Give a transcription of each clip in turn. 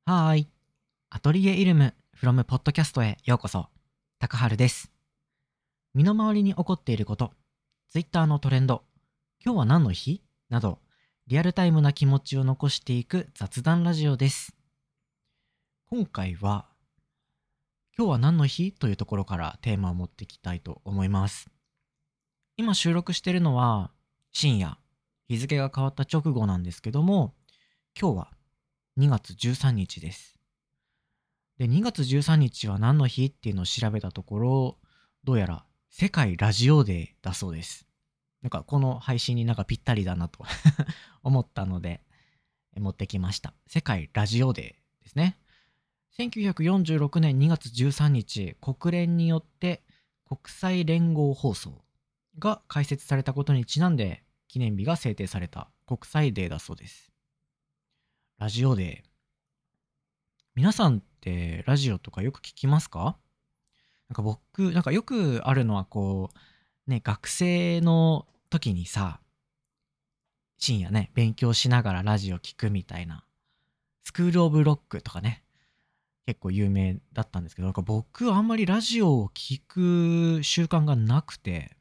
はーい。アトリエイルム from ポッドキャストへようこそ。高春です。身の回りに起こっていること、Twitter のトレンド、今日は何の日など、リアルタイムな気持ちを残していく雑談ラジオです。今回は、今日は何の日というところからテーマを持っていきたいと思います。今収録しているのは深夜、日付が変わった直後なんですけども、今日は2月13日です。で、2月13日は何の日っていうのを調べたところ、どうやら世界ラジオデーだそうです。なんかこの配信になんかぴったりだなと思ったので持ってきました。世界ラジオデーですね。1946年2月13日、国連によって国際連合放送が開設されたことにちなんで記念日が制定された国際デーだそうです。ラジオデー。皆さんってラジオとかよく聞きますか？僕、よくあるのは学生の時にさ、深夜ね、勉強しながらラジオ聞くみたいな、スクールオブロックとかね、結構有名だったんですけど、僕あんまりラジオを聞く習慣がなくて、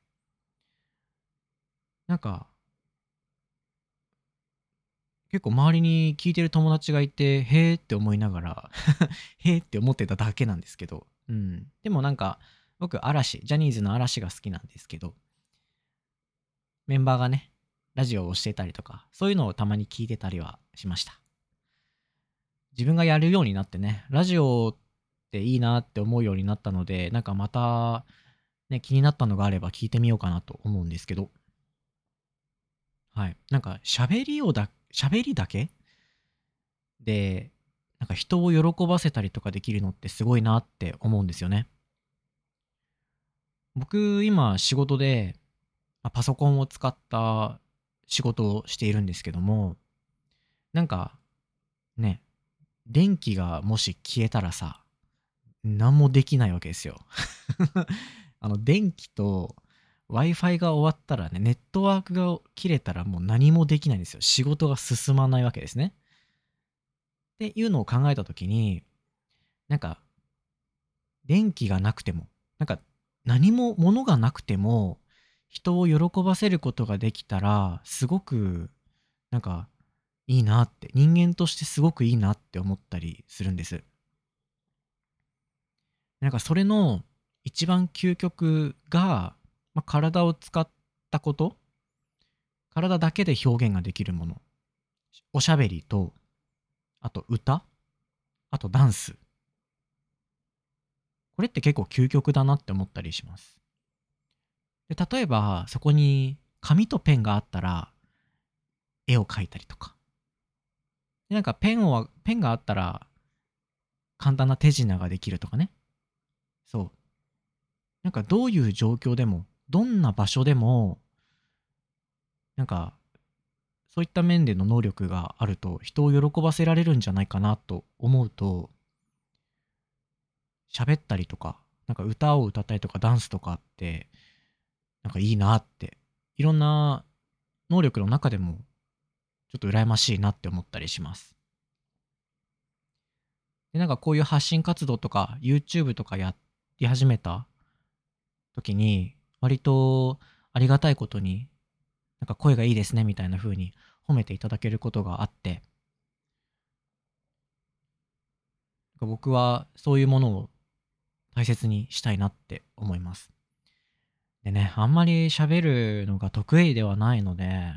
なんか結構周りに聞いてる友達がいて、へーって思いながらへーって思ってただけなんですけど、うん。でも僕ジャニーズの嵐が好きなんですけど、メンバーがね、ラジオをしてたりとか、そういうのをたまに聞いてたりはしました。自分がやるようになってね、ラジオっていいなって思うようになったので、また、ね、気になったのがあれば聞いてみようかなと思うんですけど、はい。喋りだけで、人を喜ばせたりとかできるのってすごいなって思うんですよね。僕、今仕事で、パソコンを使った仕事をしているんですけども、なんかね、電気がもし消えたらさ、何もできないわけですよ。電気と Wi-Fi が終わったらね、ネットワークが切れたらもう何もできないんですよ。仕事が進まないわけですね。っていうのを考えたときに、なんか、電気がなくても、何も物がなくても、人を喜ばせることができたら、すごく、なんか、いいなって、人間としてすごくいいなって思ったりするんです。それの一番究極が、体を使ったこと、体だけで表現ができるもの、おしゃべりと、あと歌、あとダンス。これって結構究極だなって思ったりします。で、例えばそこに紙とペンがあったら絵を描いたりとか。で、ペンがあったら簡単な手品ができるとかね。そう。どういう状況でも、どんな場所でも、なんかそういった面での能力があると人を喜ばせられるんじゃないかなと思うと、喋ったりとか、歌を歌ったりとかダンスとかって、いいなって、いろんな能力の中でもちょっと羨ましいなって思ったりします。で、こういう発信活動とか YouTube とかやり始めた時に、割とありがたいことに、声がいいですねみたいな風に褒めていただけることがあって、僕はそういうものを大切にしたいなって思います。でね、あんまり喋るのが得意ではないので、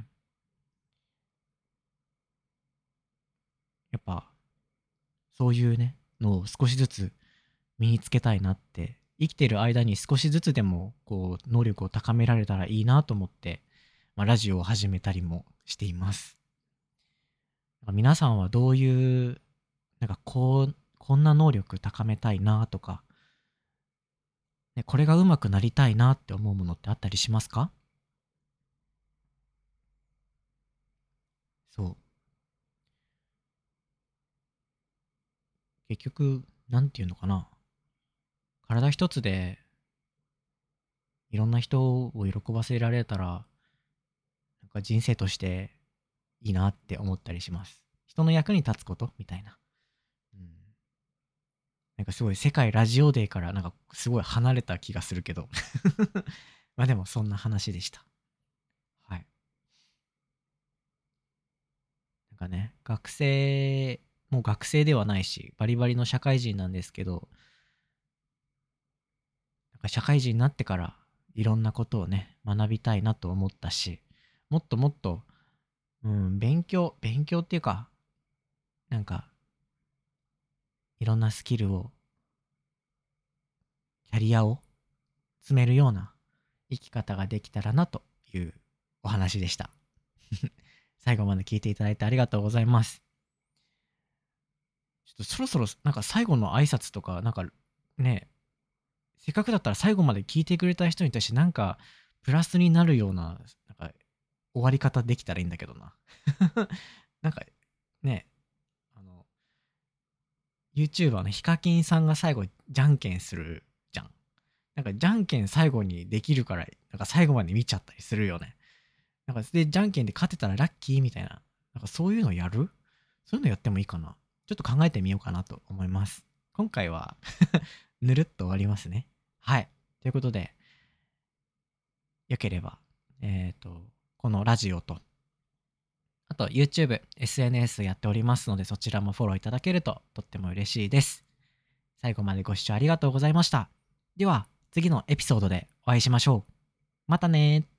やっぱそういうね、のを少しずつ身につけたいなって、生きてる間に少しずつでも能力を高められたらいいなと思って、ラジオを始めたりもしています。皆さんはどういう、こんな能力高めたいなとか、ね、これが上手くなりたいなって思うものってあったりしますか？そう。結局、なんていうのかな。体一つでいろんな人を喜ばせられたら、人生としていいなって思ったりします。人の役に立つことみたいな。うん。 なんかすごい世界ラジオデーからなんかすごい離れた気がするけど。まあでもそんな話でした。はい。なんかね、もう学生ではないし、バリバリの社会人なんですけど、なんか社会人になってからいろんなことをね、学びたいなと思ったし、もっともっと、勉強っていうか、なんかいろんなスキルを、キャリアを積めるような生き方ができたらなというお話でした。最後まで聞いていただいてありがとうございます。ちょっとそろそろなんか最後の挨拶とか、なんかね、せっかくだったら最後まで聞いてくれた人に対してなんかプラスになるような、なんか終わり方できたらいいんだけどな。なんかね、あの、YouTuber のヒカキンさんが最後じゃんけんするじゃん。なんかじゃんけん最後にできるから、なんか最後まで見ちゃったりするよね。なんかで、じゃんけんで勝てたらラッキーみたいな。なんかそういうのやるそういうのやってもいいかな。ちょっと考えてみようかなと思います。今回はぬるっと終わりますね。はい。ということで、よければ、このラジオと、あと YouTube、SNS やっておりますので、そちらもフォローいただけるととっても嬉しいです。最後までご視聴ありがとうございました。では、次のエピソードでお会いしましょう。またねー。